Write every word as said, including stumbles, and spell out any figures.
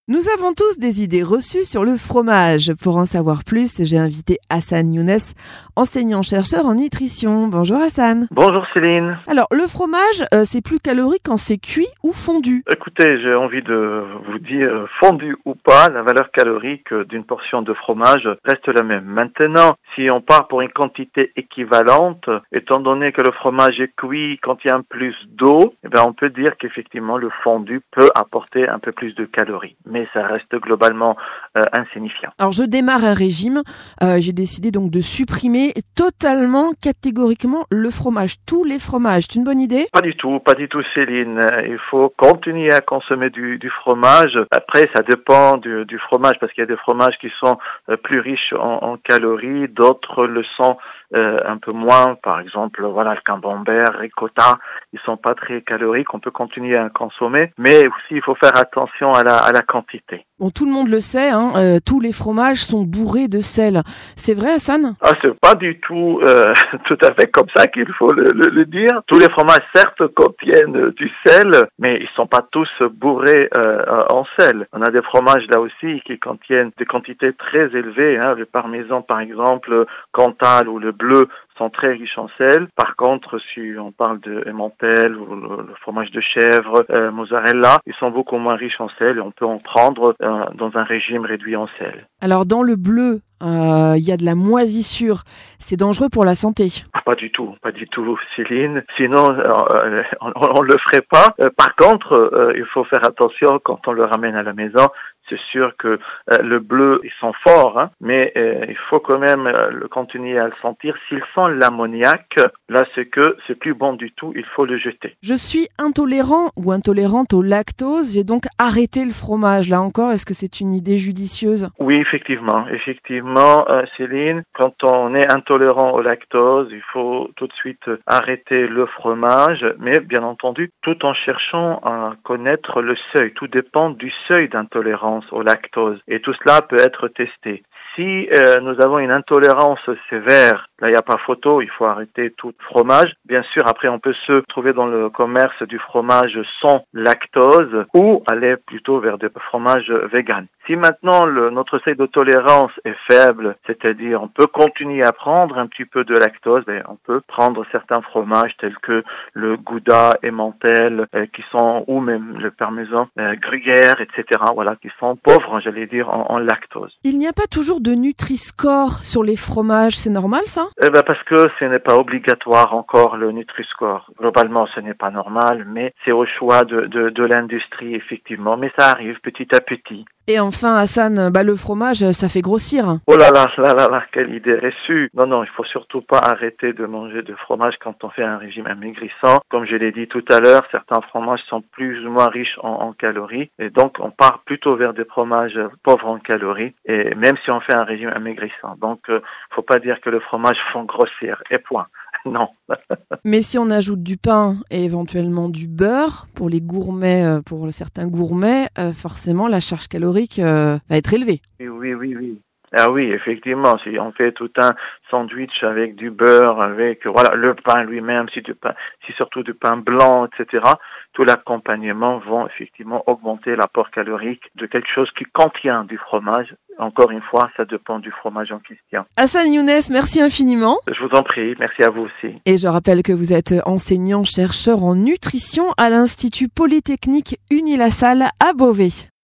Nous avons tous des idées reçues sur le fromage. Pour en savoir plus, j'ai invité Hassan Younes, enseignant-chercheur en nutrition. Bonjour Hassan. Bonjour Céline. Alors, le fromage, euh, c'est plus calorique quand c'est cuit ou fondu? Écoutez, j'ai envie de vous dire, fondu ou pas, la valeur calorique d'une portion de fromage reste la même. Maintenant, si on part pour une quantité équivalente, étant donné que le fromage est cuit quand il y a un plus d'eau, eh bien on peut dire qu'effectivement le fondu peut apporter un peu plus de calories. Mais ça reste globalement euh, insignifiant. Alors, je démarre un régime. Euh, j'ai décidé donc de supprimer totalement, catégoriquement, le fromage. Tous les fromages. C'est une bonne idée? Pas du tout, pas du tout Céline. Il faut continuer à consommer du, du fromage. Après, ça dépend du, du fromage parce qu'il y a des fromages qui sont euh, plus riches en, en calories, d'autres le sont euh, un peu moins. Par exemple, voilà, le camembert, ricotta, ils sont pas très caloriques. On peut continuer à consommer, mais aussi il faut faire attention à la, à la quantité. Bon, tout le monde le sait, hein, euh, tous les fromages sont bourrés de sel. C'est vrai, Hassan? Ah, c'est pas du tout euh, tout à fait comme ça qu'il faut le, le, le dire. Tous les fromages, certes, contiennent du sel, mais ils sont pas tous bourrés euh, en sel. On a des fromages là aussi qui contiennent des quantités très élevées. Hein. Le parmesan, par exemple, Cantal ou le bleu sont très riches en sel. Par contre, si on parle de Emmental ou le, le fromage de chèvre, euh, mozzarella, ils sont beaucoup moins riches en sel et on peut en prendre euh, dans un régime réduit en sel. Alors, dans le bleu, il euh, y a de la moisissure. C'est dangereux pour la santé. Ah, pas du tout, pas du tout, Céline. Sinon, euh, on, on le ferait pas. Euh, par contre, euh, il faut faire attention quand on le ramène à la maison. C'est sûr que euh, le bleu, ils sont forts, hein, mais euh, il faut quand même euh, le continuer à le sentir. S'il sent l'ammoniac, là, c'est que c'est plus bon du tout, il faut le jeter. Je suis intolérant ou intolérante au lactose. J'ai donc arrêté le fromage. Là encore, est-ce que c'est une idée judicieuse? Oui, effectivement. Effectivement, euh, Céline, quand on est intolérant au lactose, il faut tout de suite arrêter le fromage, mais bien entendu, tout en cherchant à connaître le seuil. Tout dépend du seuil d'intolérance au lactose et tout cela peut être testé. Si euh, nous avons une intolérance sévère, là il n'y a pas photo, il faut arrêter tout fromage. Bien sûr, après on peut se trouver dans le commerce du fromage sans lactose ou aller plutôt vers des fromages véganes. Si maintenant le, notre seuil de tolérance est faible, c'est-à-dire on peut continuer à prendre un petit peu de lactose, ben, on peut prendre certains fromages tels que le Gouda, Emmental, euh, qui sont ou même le parmesan, euh, gruyère, et cetera. Voilà, qui sont pauvres, j'allais dire, en, en lactose. Il n'y a pas toujours de Nutri-Score sur les fromages, c'est normal ça? Eh ben parce que ce n'est pas obligatoire encore le Nutri-Score. Globalement, ce n'est pas normal, mais c'est au choix de, de, de l'industrie effectivement. Mais ça arrive petit à petit. Et enfin, Hassan, bah le fromage, ça fait grossir. Oh là là, là là là, quelle idée reçue. Non, non, il faut surtout pas arrêter de manger de fromage quand on fait un régime amaigrissant. Comme je l'ai dit tout à l'heure, certains fromages sont plus ou moins riches en, en calories. Et donc, on part plutôt vers des fromages pauvres en calories. Et même si on fait un régime amaigrissant. Donc, euh, faut pas dire que le fromage font grossir. Et point. Non. Mais si on ajoute du pain et éventuellement du beurre, pour les gourmets, pour certains gourmets, euh, forcément la charge calorique euh, va être élevée. Oui, oui, oui, oui. Ah oui, effectivement, si on fait tout un sandwich avec du beurre, avec voilà le pain lui-même, si du pain, si surtout du pain blanc, et cetera, tout l'accompagnement vont effectivement augmenter l'apport calorique de quelque chose qui contient du fromage. Encore une fois, ça dépend du fromage en question. Hassan Younes, merci infiniment. Je vous en prie, merci à vous aussi. Et je rappelle que vous êtes enseignant-chercheur en nutrition à l'Institut Polytechnique Unilassal à Beauvais.